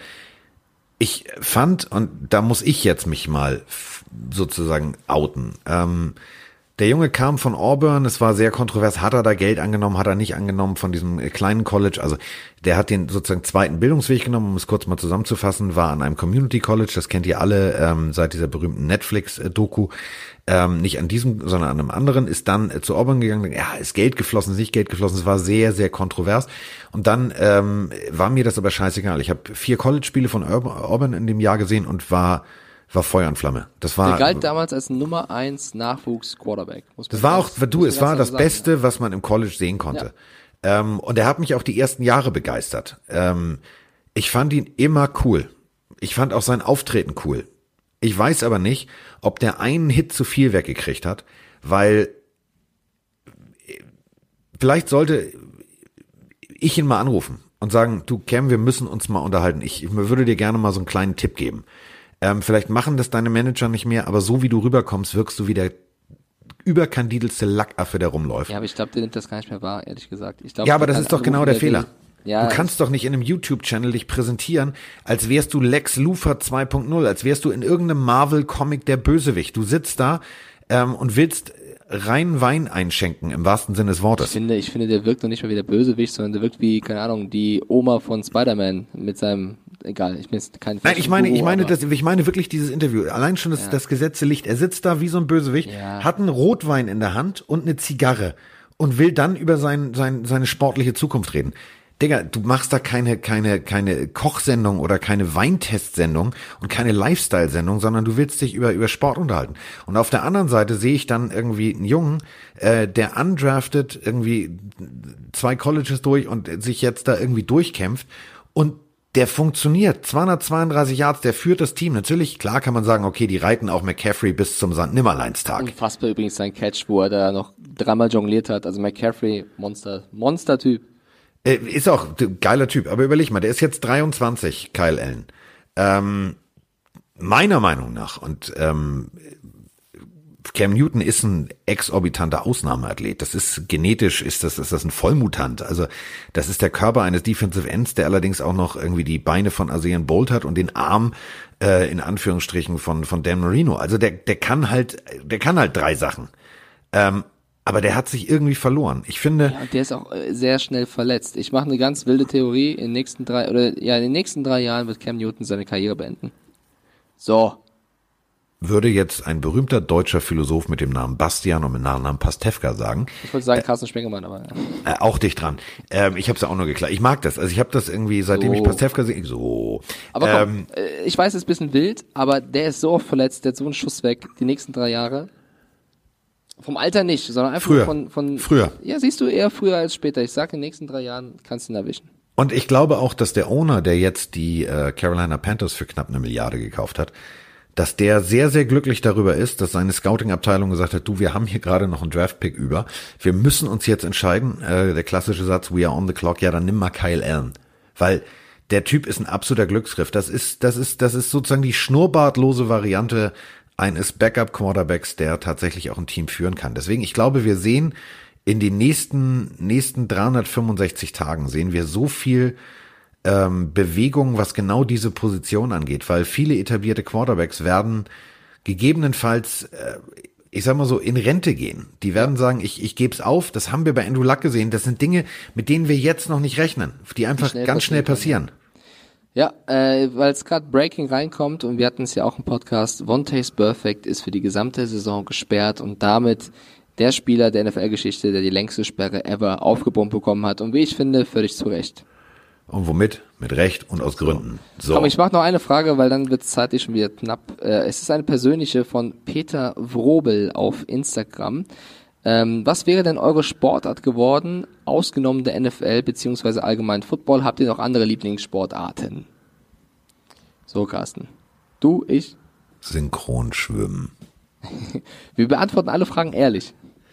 ich fand, und da muss ich jetzt mich mal f- sozusagen outen, ähm, der Junge kam von Auburn, es war sehr kontrovers, hat er da Geld angenommen, hat er nicht angenommen von diesem äh, kleinen College, also der hat den sozusagen zweiten Bildungsweg genommen, um es kurz mal zusammenzufassen, war an einem Community College, das kennt ihr alle ähm, seit dieser berühmten Netflix-Doku, ähm, nicht an diesem, sondern an einem anderen, ist dann äh, zu Auburn gegangen, ja, ist Geld geflossen, ist nicht Geld geflossen, es war sehr, sehr kontrovers und dann ähm, war mir das aber scheißegal. Ich habe vier College-Spiele von Auburn in dem Jahr gesehen und war war Feuer und Flamme. Das war. Der galt damals als Nummer eins Nachwuchs-Quarterback. Das war auch, du, es war das Beste, was man im College sehen konnte. Ja. Ähm, und er hat mich auch die ersten Jahre begeistert. Ähm, ich fand ihn immer cool. Ich fand auch sein Auftreten cool. Ich weiß aber nicht, ob der einen Hit zu viel weggekriegt hat, weil vielleicht sollte ich ihn mal anrufen und sagen, du Cam, wir müssen uns mal unterhalten. Ich, ich würde dir gerne mal so einen kleinen Tipp geben. Ähm, vielleicht machen das deine Manager nicht mehr, aber so wie du rüberkommst, wirkst du wie der überkandidelste Lackaffe, der rumläuft. Ja, aber ich glaube, der nimmt das gar nicht mehr wahr, ehrlich gesagt. Ich glaub, ja, aber das ist doch genau der Fehler. Ja, du kannst doch nicht in einem YouTube-Channel dich präsentieren, als wärst du Lex Luthor zwei Punkt null, als wärst du in irgendeinem Marvel-Comic der Bösewicht. Du sitzt da ähm, und willst rein Wein einschenken, im wahrsten Sinne des Wortes. Ich finde, ich finde, der wirkt noch nicht mal wie der Bösewicht, sondern der wirkt wie, keine Ahnung, die Oma von Spider-Man mit seinem egal, ich bin jetzt kein Nein, ich meine, Guru, ich meine, aber- das, ich meine wirklich dieses Interview. Allein schon das, Ja. das gesetzte Licht. Er sitzt da wie so ein Bösewicht, Ja. hat einen Rotwein in der Hand und eine Zigarre und will dann über sein, sein, seine sportliche Zukunft reden. Digga, du machst da keine, keine, keine Kochsendung oder keine Weintestsendung und keine Lifestyle-Sendung, sondern du willst dich über, über Sport unterhalten. Und auf der anderen Seite sehe ich dann irgendwie einen Jungen, äh, der undrafted irgendwie zwei Colleges durch und sich jetzt da irgendwie durchkämpft und der funktioniert. zweihundertzweiunddreißig Yards, der führt das Team. Natürlich, klar kann man sagen, okay, die reiten auch McCaffrey bis zum Sankt-Nimmerleinstag. Unfassbar übrigens sein Catch, wo er da noch dreimal jongliert hat. Also McCaffrey, Monster, Monster-Typ. Äh, Ist auch ein geiler Typ, aber überleg mal, der ist jetzt dreiundzwanzig, Kyle Allen. Ähm, meiner Meinung nach, und ähm, Cam Newton ist ein exorbitanter Ausnahmeathlet. Das ist genetisch, ist das, ist das ein Vollmutant. Also das ist der Körper eines Defensive Ends, der allerdings auch noch irgendwie die Beine von Usain Bolt hat und den Arm äh, in Anführungsstrichen von von Dan Marino. Also der der kann halt, der kann halt drei Sachen. Ähm, aber der hat sich irgendwie verloren. Ich finde, Ja, und der ist auch äh, sehr schnell verletzt. Ich mache eine ganz wilde Theorie. In den nächsten drei oder ja in den nächsten drei Jahren wird Cam Newton seine Karriere beenden. So. würde jetzt ein berühmter deutscher Philosoph mit dem Namen Bastian und mit Nachnamen Pastewka sagen. Ich wollte sagen Carsten Spengemann, aber ja. Äh, auch dicht dran. Ähm, ich habe es ja auch nur geklappt. Ich mag das. Also ich habe das irgendwie, seitdem So. ich Pastewka sehe, so. Aber komm, ähm, äh, ich weiß, es ist ein bisschen wild, aber der ist so oft verletzt, der hat so einen Schuss weg, die nächsten drei Jahre. Vom Alter nicht, sondern einfach Früher. nur von, von... Früher. Ja, siehst du, eher früher als später. Ich sag, in den nächsten drei Jahren kannst du ihn erwischen. Und ich glaube auch, dass der Owner, der jetzt die äh, Carolina Panthers für knapp eine Milliarde gekauft hat, dass der sehr, sehr glücklich darüber ist, dass seine Scouting-Abteilung gesagt hat, du, wir haben hier gerade noch einen Draft-Pick über. Wir müssen uns jetzt entscheiden. Äh, der klassische Satz, we are on the clock. Ja, dann nimm mal Kyle Allen. Weil der Typ ist ein absoluter Glücksgriff. Das ist, das ist, das ist sozusagen die schnurrbartlose Variante eines Backup-Quarterbacks, der tatsächlich auch ein Team führen kann. Deswegen, ich glaube, wir sehen in den nächsten, nächsten dreihundertfünfundsechzig Tagen sehen wir so viel ähm, Bewegung, was genau diese Position angeht, weil viele etablierte Quarterbacks werden gegebenenfalls, äh, ich sag mal so, in Rente gehen. Die werden sagen, ich, ich geb's auf. Das haben wir bei Andrew Luck gesehen. Das sind Dinge, mit denen wir jetzt noch nicht rechnen, die einfach schnell ganz schnell passieren passieren. Ja, äh, weil es gerade Breaking reinkommt und wir hatten es ja auch im Podcast, Vontaze Burfict ist für die gesamte Saison gesperrt und damit der Spieler der N F L-Geschichte, der die längste Sperre ever aufgebrummt bekommen hat und wie ich finde, völlig zu Recht. Und womit? Mit Recht und aus Gründen. So. Komm, ich mache noch eine Frage, weil dann wird es zeitlich schon wieder knapp. Äh, es ist eine persönliche von Peter Wrobel auf Instagram. Ähm, was wäre denn eure Sportart geworden, ausgenommen der N F L beziehungsweise allgemein Football? Habt ihr noch andere Lieblingssportarten? So, Carsten. Du, ich? Synchronschwimmen. Wir beantworten alle Fragen ehrlich.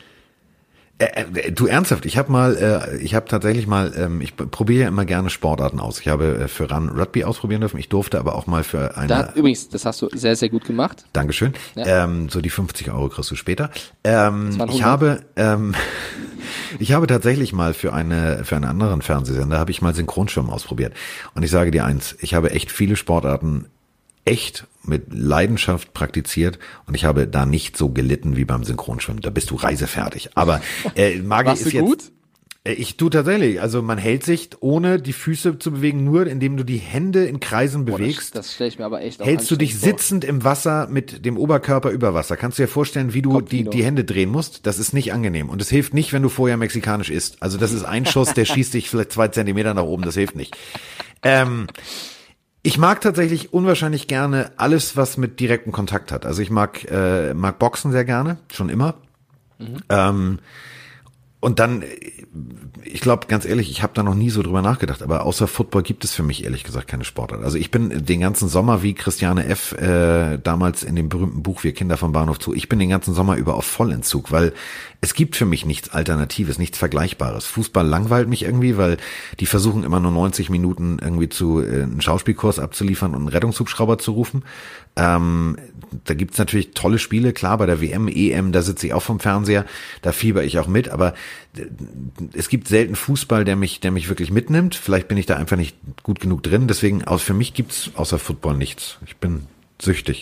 Äh, äh, du ernsthaft, ich habe mal, äh, ich habe tatsächlich mal, ähm, ich b- probiere ja immer gerne Sportarten aus. Ich habe äh, für Run Rugby ausprobieren dürfen. Ich durfte aber auch mal für eine. Da, übrigens, das hast du sehr, sehr gut gemacht. Dankeschön. Ja. Ähm, so die fünfzig Euro kriegst du später. Ähm, Das waren ich hundert. habe, ähm, ich habe tatsächlich mal für eine, für einen anderen Fernsehsender habe ich mal Synchronschwimmen ausprobiert. Und ich sage dir eins, ich habe echt viele Sportarten echt mit Leidenschaft praktiziert und ich habe da nicht so gelitten wie beim Synchronschwimmen. Da bist du reisefertig. Aber äh, Magi Warst ist du jetzt. gut? Äh, Ich tue tatsächlich. Also man hält sich, ohne die Füße zu bewegen, nur indem du die Hände in Kreisen Boah, bewegst. Das, das stelle ich mir aber echt auch Hältst du dich anstrengend vor. sitzend im Wasser mit dem Oberkörper über Wasser? Kannst du dir vorstellen, wie du die, Kopfkino. die Hände drehen musst? Das ist nicht angenehm. Und es hilft nicht, wenn du vorher mexikanisch isst. Also das ist ein Schuss, der schießt dich vielleicht zwei Zentimeter nach oben. Das hilft nicht. Ähm, ich mag tatsächlich unwahrscheinlich gerne alles, was mit direktem Kontakt hat. Also ich mag, äh, mag Boxen sehr gerne, schon immer. Mhm. Ähm, und dann, ich glaube, ganz ehrlich, ich habe da noch nie so drüber nachgedacht, aber außer Football gibt es für mich ehrlich gesagt keine Sportart. Also ich bin den ganzen Sommer wie Christiane F. Äh, damals in dem berühmten Buch Wir Kinder vom Bahnhof zu, ich bin den ganzen Sommer über auf Vollentzug, weil es gibt für mich nichts Alternatives, nichts Vergleichbares. Fußball langweilt mich irgendwie, weil die versuchen immer nur neunzig Minuten irgendwie zu äh, einen Schauspielkurs abzuliefern und einen Rettungshubschrauber zu rufen. Ähm, da gibt's natürlich tolle Spiele, klar, bei der W M, E M, da sitze ich auch vom Fernseher, da fieber ich auch mit, aber es gibt selten Fußball, der mich, der mich wirklich mitnimmt. Vielleicht bin ich da einfach nicht gut genug drin, deswegen aus, für mich gibt's außer Football nichts. Ich bin süchtig.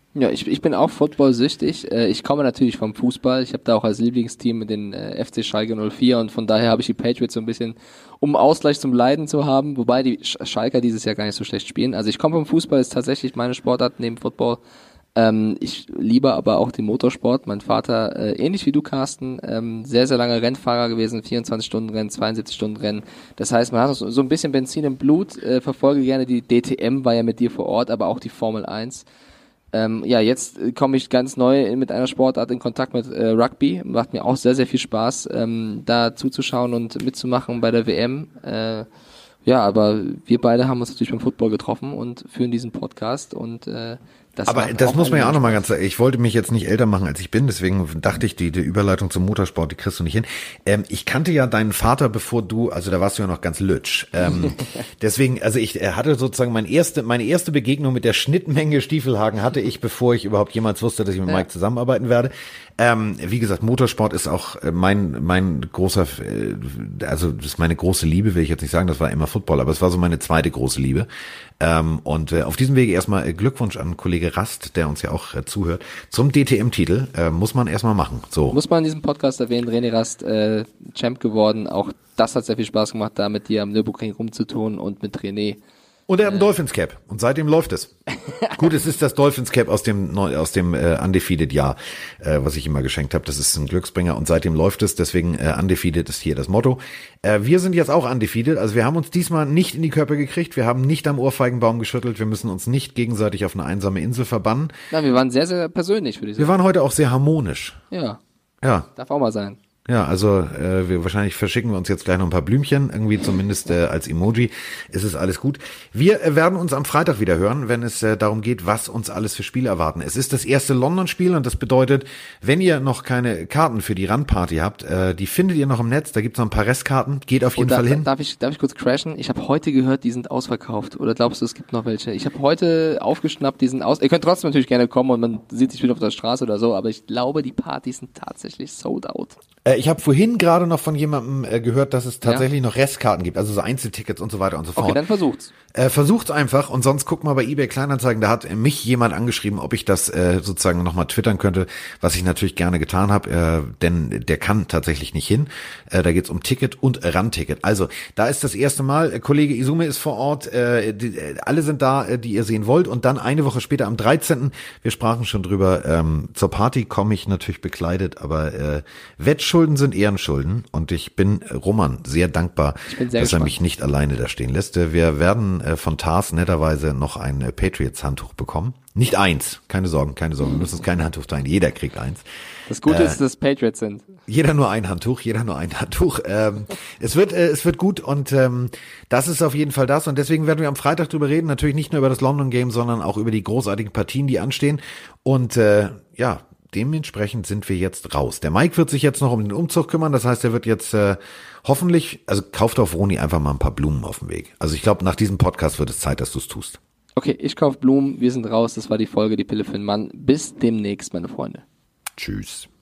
Ja, ich, ich bin auch football-süchtig. Ich komme natürlich vom Fußball. Ich habe da auch als Lieblingsteam den F C Schalke null vier und von daher habe ich die Patriots so ein bisschen, um Ausgleich zum Leiden zu haben, wobei die Schalker dieses Jahr gar nicht so schlecht spielen. Also ich komme vom Fußball, ist tatsächlich meine Sportart neben Football. Ähm, ich liebe aber auch den Motorsport. Mein Vater, äh, ähnlich wie du, Carsten, ähm, sehr, sehr lange Rennfahrer gewesen, vierundzwanzig Stunden Rennen, zweiundsiebzig Stunden Rennen. Das heißt, man hat so, so ein bisschen Benzin im Blut, äh, verfolge gerne die D T M, war ja mit dir vor Ort, aber auch die Formel eins. Ähm, ja, jetzt komme ich ganz neu mit einer Sportart in Kontakt mit äh, Rugby. Macht mir auch sehr, sehr viel Spaß, ähm, da zuzuschauen und mitzumachen bei der W M. Äh, ja, aber wir beide haben uns natürlich beim Football getroffen und führen diesen Podcast und äh, das Aber das muss man ja auch nochmal ganz sagen. Ich wollte mich jetzt nicht älter machen, als ich bin, deswegen dachte ich, die, die Überleitung zum Motorsport, die kriegst du nicht hin. Ähm, ich kannte ja deinen Vater, bevor du, also da warst du ja noch ganz lütsch. Ähm, deswegen, also ich er hatte sozusagen meine erste, meine erste Begegnung mit der Schnittmenge Stiefelhagen hatte ich, bevor ich überhaupt jemals wusste, dass ich mit ja. Mike zusammenarbeiten werde. Ähm, wie gesagt, Motorsport ist auch mein mein großer, also das ist meine große Liebe, will ich jetzt nicht sagen, das war immer Football, aber es war so meine zweite große Liebe. Ähm, und äh, auf diesem Wege erstmal äh, Glückwunsch an Kollege Rast, der uns ja auch äh, zuhört, zum D T M-Titel. Äh, muss man erstmal machen. So. Muss man in diesem Podcast erwähnen, René Rast, äh, Champ geworden. Auch das hat sehr viel Spaß gemacht, da mit dir am Nürburgring rumzutun und mit René. Und er hat ein Dolphins Cap und seitdem läuft es. Gut, es ist das Dolphins Cap aus dem aus dem äh, Undefeated Jahr, äh, was ich ihm mal geschenkt habe. Das ist ein Glücksbringer und seitdem läuft es. Deswegen äh, Undefeated ist hier das Motto. Äh, wir sind jetzt auch Undefeated. Also wir haben uns diesmal nicht in die Köpfe gekriegt. Wir haben nicht am Ohrfeigenbaum geschüttelt. Wir müssen uns nicht gegenseitig auf eine einsame Insel verbannen. Na, wir waren sehr, sehr persönlich, würde ich sagen. Wir waren heute auch sehr harmonisch. Ja. Ja. Darf auch mal sein. Ja, also äh, wir wahrscheinlich verschicken wir uns jetzt gleich noch ein paar Blümchen, irgendwie zumindest äh, als Emoji. Es ist alles gut. Wir äh, werden uns am Freitag wieder hören, wenn es äh, darum geht, was uns alles für Spiele erwarten. Es ist das erste London-Spiel und das bedeutet, wenn ihr noch keine Karten für die Run-Party habt, äh, die findet ihr noch im Netz, da gibt's noch ein paar Restkarten. Geht auf jeden da, Fall hin. Darf ich, darf ich kurz crashen? Ich habe heute gehört, die sind ausverkauft. Oder glaubst du, es gibt noch welche? Ich habe heute aufgeschnappt, die sind aus... Ihr könnt trotzdem natürlich gerne kommen und man sieht sich wieder auf der Straße oder so, aber ich glaube, die Partys sind tatsächlich sold out. Äh, ich habe vorhin gerade noch von jemandem äh, gehört, dass es tatsächlich ja. noch Restkarten gibt, also so Einzeltickets und so weiter und so fort. Okay, dann versucht's. Äh, versucht's einfach und sonst guckt mal bei eBay Kleinanzeigen, da hat mich jemand angeschrieben, ob ich das äh, sozusagen nochmal twittern könnte, was ich natürlich gerne getan habe, äh, denn der kann tatsächlich nicht hin. Äh, da geht's um Ticket und Run-Ticket. Also, da ist das erste Mal, äh, Kollege Izume ist vor Ort, äh, die, äh, alle sind da, äh, die ihr sehen wollt und dann eine Woche später am dreizehnten wir sprachen schon drüber, ähm, zur Party komme ich natürlich bekleidet, aber äh, Wettschulden sind Ehrenschulden und ich bin Roman sehr dankbar, ich bin sehr dass gespannt. er mich nicht alleine da stehen lässt. Wir werden von Tars netterweise noch ein Patriots-Handtuch bekommen. Nicht eins, keine Sorgen, keine Sorgen, wir müssen uns kein Handtuch teilen, jeder kriegt eins. Das Gute äh, ist, dass Patriots sind. Jeder nur ein Handtuch, jeder nur ein Handtuch. Ähm, es wird, äh, es wird gut und ähm, das ist auf jeden Fall das und deswegen werden wir am Freitag drüber reden, natürlich nicht nur über das London Game, sondern auch über die großartigen Partien, die anstehen und äh, ja, dementsprechend sind wir jetzt raus. Der Mike wird sich jetzt noch um den Umzug kümmern, das heißt, er wird jetzt äh, hoffentlich, also kauft auf Roni einfach mal ein paar Blumen auf dem Weg. Also ich glaube, nach diesem Podcast wird es Zeit, dass du es tust. Okay, ich kauf Blumen, wir sind raus, das war die Folge Die Pille für den Mann. Bis demnächst, meine Freunde. Tschüss.